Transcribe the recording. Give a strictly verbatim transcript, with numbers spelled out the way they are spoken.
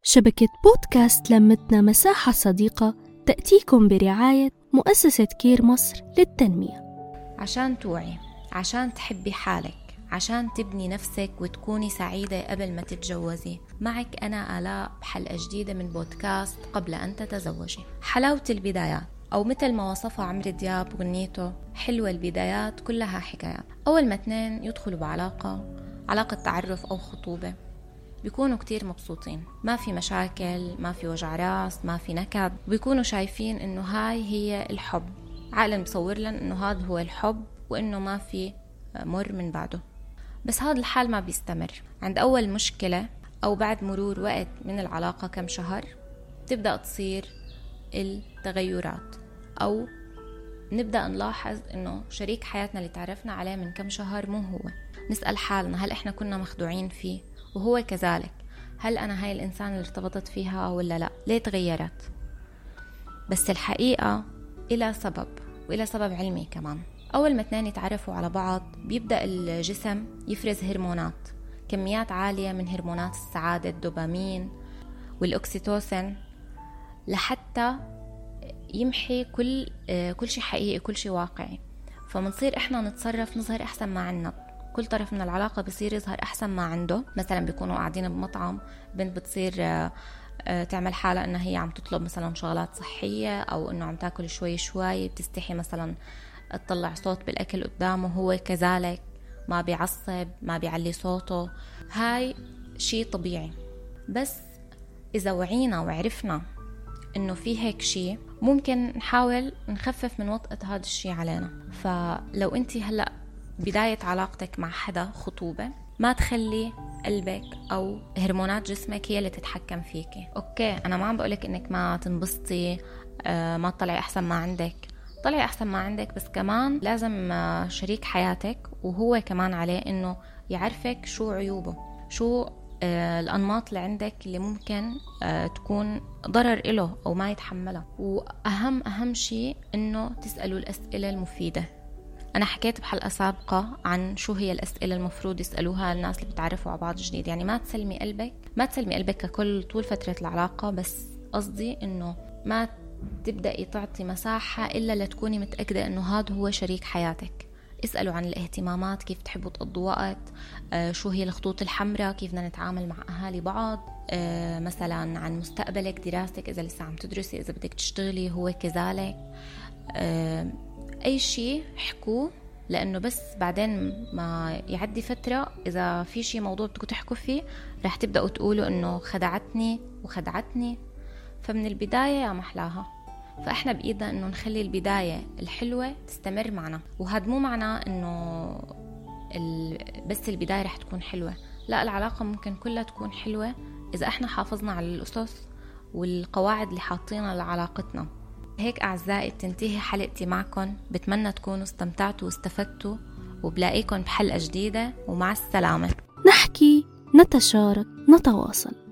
شبكة بودكاست لمتنا مساحة صديقة تأتيكم برعاية مؤسسة كير مصر للتنمية. عشان توعي، عشان تحبي حالك، عشان تبني نفسك وتكوني سعيدة قبل ما تتجوزي. معك أنا آلاء بحلقة جديدة من بودكاست قبل أن تتزوجي. حلاوة البدايات، أو مثل ما وصفها عمرو دياب بغنيته حلوة البدايات كلها حكايات. أول ما اثنين يدخلوا بعلاقة علاقة تعرف أو خطوبة بيكونوا كتير مبسوطين، ما في مشاكل، ما في وجع راس، ما في نكد، بيكونوا شايفين إنه هاي هي الحب. عقلا مصور لنا إنه هذا هو الحب وإنه ما في مر من بعده. بس هذا الحال ما بيستمر. عند أول مشكلة أو بعد مرور وقت من العلاقة كم شهر تبدأ تصير التغيرات، أو نبدأ نلاحظ إنه شريك حياتنا اللي تعرفنا عليه من كم شهر مو هو. نسأل حالنا هل إحنا كنا مخدوعين فيه وهو كذلك؟ هل أنا هاي الإنسان اللي ارتبطت فيها ولا لا؟ ليه تغيرت؟ بس الحقيقة إلى سبب، وإلى سبب علمي كمان. أول ما اثنين يتعرفوا على بعض بيبدأ الجسم يفرز هرمونات، كميات عالية من هرمونات السعادة، الدوبامين والأكسيتوسين، لحتى يمحي كل كل شيء حقيقي، كل شيء واقعي. فمنصير إحنا نتصرف نظهر أحسن ما عنا. كل طرف من العلاقة بيصير يظهر أحسن ما عنده. مثلا بيكونوا قاعدين بمطعم، بنت بتصير تعمل حالة إنها هي عم تطلب مثلا شغلات صحية، أو إنه عم تاكل شوي شوي، بتستحي مثلا تطلع صوت بالأكل قدامه، هو كذلك ما بيعصب، ما بيعلي صوته. هاي شيء طبيعي. بس إذا وعينا وعرفنا إنه في هيك شيء، ممكن نحاول نخفف من وطأة هذا الشيء علينا. فلو أنتي هلأ بداية علاقتك مع حدا خطوبة، ما تخلي قلبك أو هرمونات جسمك هي اللي تتحكم فيكي. أوكي، أنا ما عم بقولك إنك ما تنبسطي، آه ما تطلعي أحسن ما عندك، طلعي أحسن ما عندك، بس كمان لازم آه شريك حياتك وهو كمان عليه إنه يعرفك شو عيوبه، شو آه الأنماط اللي عندك اللي ممكن آه تكون ضرر إله أو ما يتحملها. وأهم أهم شيء إنه تسألوا الأسئلة المفيدة. أنا حكيت بحلقة سابقة عن شو هي الأسئلة المفروض يسألوها الناس اللي بتعرفوا على بعض جديد. يعني ما تسلمي قلبك، ما تسلمي قلبك ككل طول فترة العلاقة، بس قصدي إنه ما تبدأي تعطي مساحة إلا لتكوني متأكدة إنه هذا هو شريك حياتك. اسألوا عن الاهتمامات، كيف تحبوا تقضوا وقت، آه شو هي الخطوط الحمراء، كيف بدنا نتعامل مع أهالي بعض، آه مثلا عن مستقبلك، دراستك إذا لسه عم تدرسي، إذا بدك تشتغلي هو كذلك. آه أي شيء حكوه، لأنه بس بعدين ما يعدي فترة إذا في شيء موضوع بدكم تحكوا فيه رح تبدأوا تقولوا إنه خدعتني وخدعتني. فمن البداية يا محلاها. فإحنا بإيدنا إنه نخلي البداية الحلوة تستمر معنا. وهذا مو معناه إنه ال... بس البداية رح تكون حلوة، لا، العلاقة ممكن كلها تكون حلوة إذا إحنا حافظنا على الأسس والقواعد اللي حاطينها لعلاقتنا. هيك أعزائي بتنتهي حلقتي معكم. بتمنى تكونوا استمتعتوا واستفدتوا، وبلاقيكم بحلقة جديدة، ومع السلامة. نحكي، نتشارك، نتواصل.